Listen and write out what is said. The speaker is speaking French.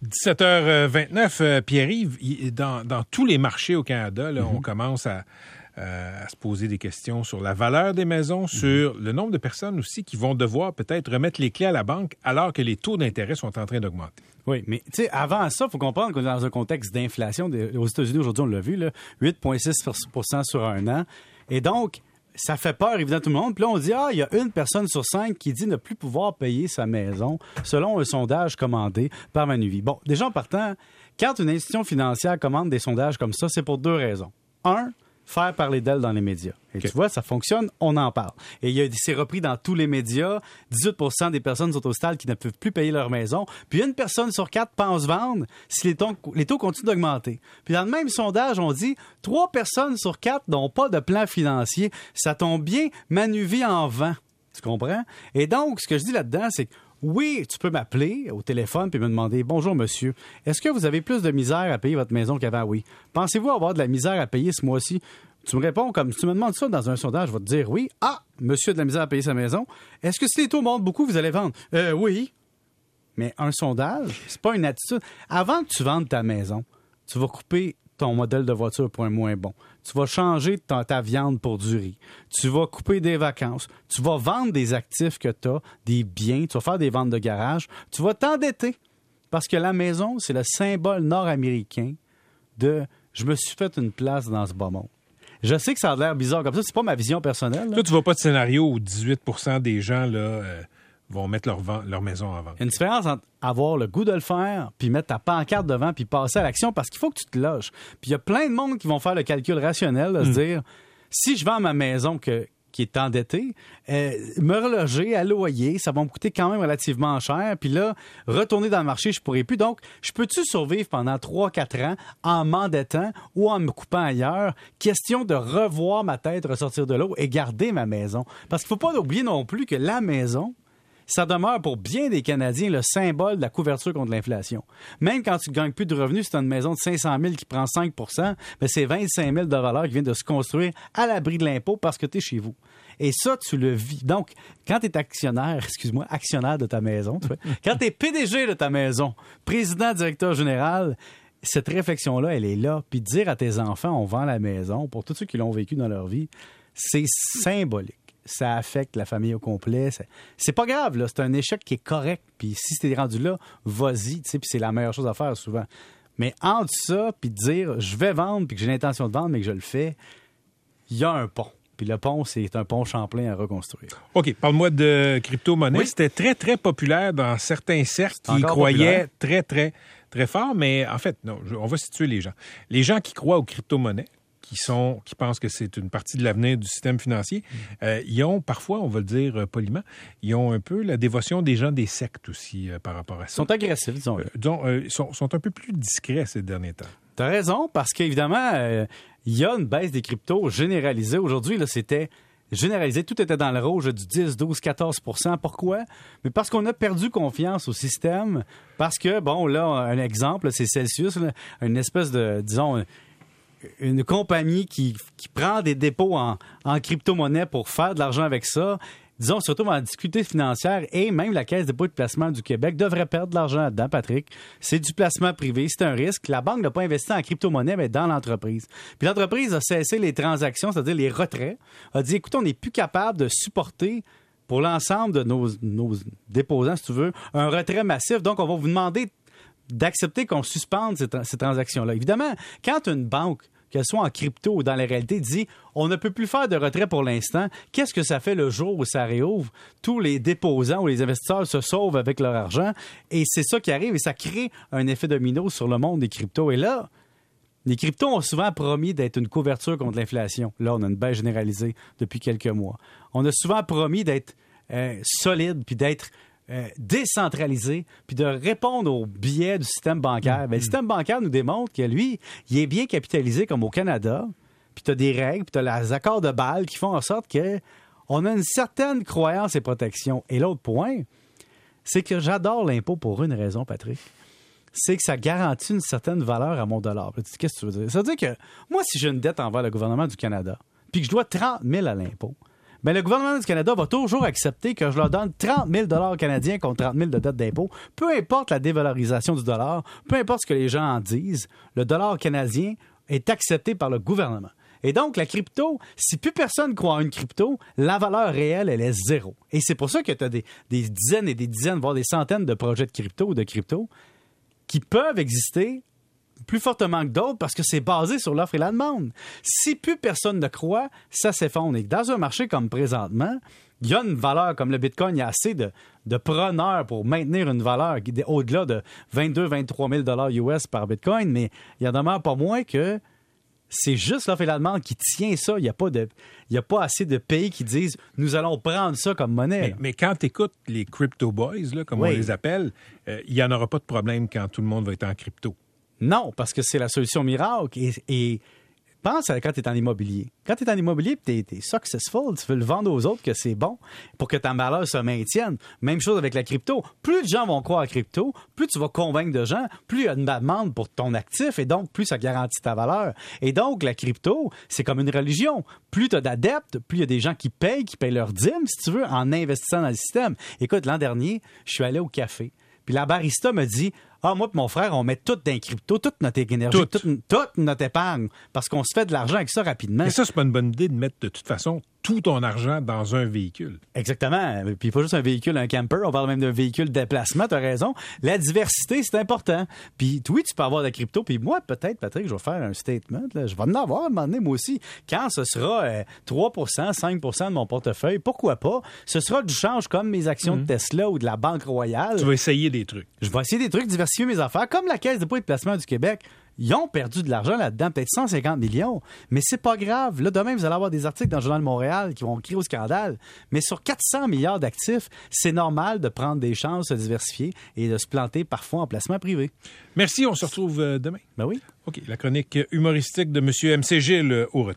17h29, Pierre-Yves, dans tous les marchés au Canada, là, on commence à se poser des questions sur la valeur des maisons, sur le nombre de personnes aussi qui vont devoir peut-être remettre les clés à la banque alors que les taux d'intérêt sont en train d'augmenter. Oui, mais tu sais, avant ça, il faut comprendre qu'on est dans un contexte d'inflation. Aux États-Unis, aujourd'hui, on l'a vu, là, 8,6% sur un an. Et donc, ça fait peur, évidemment, tout le monde. Puis là, on dit, il y a une personne sur 5 qui dit ne plus pouvoir payer sa maison, selon un sondage commandé par Manuvie. Bon, déjà en partant, quand une institution financière commande des sondages comme ça, c'est pour 2 raisons. 1, faire parler d'elle dans les médias. Et tu vois, ça fonctionne, on en parle. Et c'est repris dans tous les médias. 18% des personnes sont au stade qui ne peuvent plus payer leur maison. Puis une personne sur 4 pense vendre si les taux continuent d'augmenter. Puis dans le même sondage, on dit 3 personnes sur 4 n'ont pas de plan financier. Ça tombe bien, Manuvie en vend. Tu comprends? Et donc, ce que je dis là-dedans, c'est que oui, tu peux m'appeler au téléphone puis me demander « Bonjour, monsieur, est-ce que vous avez plus de misère à payer votre maison qu'avant? » Oui. Pensez-vous avoir de la misère à payer ce mois-ci? Tu me réponds comme si tu me demandes ça dans un sondage, je vais te dire oui. Ah, monsieur a de la misère à payer sa maison. Est-ce que si les taux montent beaucoup, vous allez vendre? Oui. Mais un sondage, c'est pas une attitude. Avant que tu vendes ta maison, tu vas couper ton modèle de voiture pour un moins bon. Tu vas changer ta viande pour du riz. Tu vas couper des vacances. Tu vas vendre des actifs que tu as, des biens. Tu vas faire des ventes de garage. Tu vas t'endetter. Parce que la maison, c'est le symbole nord-américain de « je me suis fait une place dans ce bas monde ». Je sais que ça a l'air bizarre comme ça. C'est pas ma vision personnelle. Là, tu vois pas de scénario où 18% des gens là, vont mettre leur maison en vente. Il y a une différence entre avoir le goût de le faire puis mettre ta pancarte devant puis passer à l'action parce qu'il faut que tu te loges. Puis il y a plein de monde qui vont faire le calcul rationnel de se dire si je vends ma maison qui est endettée, me reloger à loyer, ça va me coûter quand même relativement cher. Puis là, retourner dans le marché, je pourrais plus. Donc, je peux-tu survivre pendant 3-4 ans en m'endettant ou en me coupant ailleurs? Question de revoir ma tête ressortir de l'eau et garder ma maison. Parce qu'il ne faut pas oublier non plus que la maison, ça demeure pour bien des Canadiens le symbole de la couverture contre l'inflation. Même quand tu ne gagnes plus de revenus, si tu as une maison de 500 000 qui prend 5 %, bien, c'est 25 000 de valeur qui vient de se construire à l'abri de l'impôt parce que tu es chez vous. Et ça, tu le vis. Donc, quand tu es actionnaire de ta maison, quand tu es PDG de ta maison, président, directeur général, cette réflexion-là, elle est là. Puis dire à tes enfants, on vend la maison, pour tous ceux qui l'ont vécu dans leur vie, c'est symbolique. Ça affecte la famille au complet. C'est pas grave, là. C'est un échec qui est correct. Puis si t'es rendu là, vas-y, tu sais, puis c'est la meilleure chose à faire souvent. Mais entre ça, puis dire je vais vendre, puis que j'ai l'intention de vendre, mais que je le fais, il y a un pont. Puis le pont, c'est un pont Champlain à reconstruire. OK, parle-moi de crypto-monnaie. Oui. C'était très, très populaire dans certains cercles qui y croyaient très, très, très fort. Mais en fait, non, on va situer les gens. Les gens qui croient aux crypto-monnaies, qui pensent que c'est une partie de l'avenir du système financier, ils ont parfois, on va le dire poliment, ils ont un peu la dévotion des gens des sectes aussi par rapport à ça. Ils sont agressifs, disons. Ils sont un peu plus discrets ces derniers temps. T'as raison, parce qu'évidemment, il y a une baisse des cryptos généralisée. Aujourd'hui, là, c'était généralisé. Tout était dans le rouge du 10, 12, 14 %. Pourquoi? Mais parce qu'on a perdu confiance au système. Parce que, bon, là, un exemple, c'est Celsius, là, une espèce de, disons, une compagnie qui prend des dépôts en crypto-monnaie pour faire de l'argent avec ça, disons, surtout dans la difficulté financière, et même la Caisse de dépôt et de placement du Québec devrait perdre de l'argent là-dedans, Patrick. C'est du placement privé, c'est un risque. La banque n'a pas investi en crypto-monnaie, mais dans l'entreprise. Puis l'entreprise a cessé les transactions, c'est-à-dire les retraits, a dit, écoute, on n'est plus capable de supporter pour l'ensemble de nos déposants, si tu veux, un retrait massif. Donc, on va vous demander d'accepter qu'on suspende ces transactions-là. Évidemment, quand une banque, qu'elle soit en crypto ou dans la réalité, dit on ne peut plus faire de retrait pour l'instant. Qu'est-ce que ça fait le jour où ça réouvre? Tous les déposants ou les investisseurs se sauvent avec leur argent et c'est ça qui arrive et ça crée un effet domino sur le monde des cryptos. Et là, les cryptos ont souvent promis d'être une couverture contre l'inflation. Là, on a une baisse généralisée depuis quelques mois. On a souvent promis d'être solide puis d'être décentralisé, puis de répondre aux biais du système bancaire. Le système bancaire nous démontre que lui, il est bien capitalisé comme au Canada, puis tu as des règles, puis tu as les accords de Bâle qui font en sorte qu'on a une certaine croyance et protection. Et l'autre point, c'est que j'adore l'impôt pour une raison, Patrick. C'est que ça garantit une certaine valeur à mon dollar. Qu'est-ce que tu veux dire? Ça veut dire que moi, si j'ai une dette envers le gouvernement du Canada, puis que je dois 30 000 à l'impôt, bien, le gouvernement du Canada va toujours accepter que je leur donne 30 000 $ canadiens contre 30 000 de dette d'impôt. Peu importe la dévalorisation du dollar, peu importe ce que les gens en disent, le dollar canadien est accepté par le gouvernement. Et donc, la crypto, si plus personne croit en une crypto, la valeur réelle, elle est zéro. Et c'est pour ça que tu as des dizaines et des dizaines, voire des centaines de projets de crypto qui peuvent exister plus fortement que d'autres parce que c'est basé sur l'offre et la demande. Si plus personne ne croit, ça s'effondre. Et dans un marché comme présentement, il y a une valeur comme le Bitcoin, il y a assez de preneurs pour maintenir une valeur qui est au-delà de 22-23 000 $ US par Bitcoin, mais il y en demeure pas moins que c'est juste l'offre et la demande qui tient ça. Il n'y a pas assez de pays qui disent « nous allons prendre ça comme monnaie ». Mais quand tu écoutes les crypto boys, là, comme on les appelle, il n'y en aura pas de problème quand tout le monde va être en crypto. Non, parce que c'est la solution miracle. Et pense à quand tu es en immobilier. Quand tu es en immobilier et tu es successful, tu veux le vendre aux autres que c'est bon pour que ta valeur se maintienne. Même chose avec la crypto. Plus de gens vont croire à crypto, plus tu vas convaincre de gens, plus il y a une demande pour ton actif et donc plus ça garantit ta valeur. Et donc, la crypto, c'est comme une religion. Plus tu as d'adeptes, plus il y a des gens qui payent leur dîme, si tu veux, en investissant dans le système. Écoute, l'an dernier, je suis allé au café. Puis la barista me dit « Ah, moi et mon frère, on met tout dans les crypto, toute notre énergie, toute notre épargne, parce qu'on se fait de l'argent avec ça rapidement. » Mais ça, c'est pas une bonne idée de mettre de toute façon tout ton argent dans un véhicule. Exactement. Puis pas juste un véhicule, un camper. On parle même d'un véhicule de déplacement, tu as raison. La diversité, c'est important. Puis oui, tu peux avoir de la crypto. Puis moi, peut-être, Patrick, je vais faire un statement. Là. Je vais en avoir à un moment donné, moi aussi. Quand ce sera 3 5 de mon portefeuille, pourquoi pas? Ce sera du change comme mes actions de Tesla ou de la Banque Royale. Tu vas essayer des trucs. Je vais essayer des trucs, diversifier mes affaires, comme la Caisse de dépôt et de placement du Québec. Ils ont perdu de l'argent là-dedans, peut-être 150 millions. Mais c'est pas grave. Là, demain, vous allez avoir des articles dans le Journal de Montréal qui vont crier au scandale. Mais sur 400 milliards d'actifs, c'est normal de prendre des chances, de se diversifier et de se planter parfois en placement privé. Merci, on se retrouve demain. Ben oui. OK, la chronique humoristique de M. M.C. Gill au retour.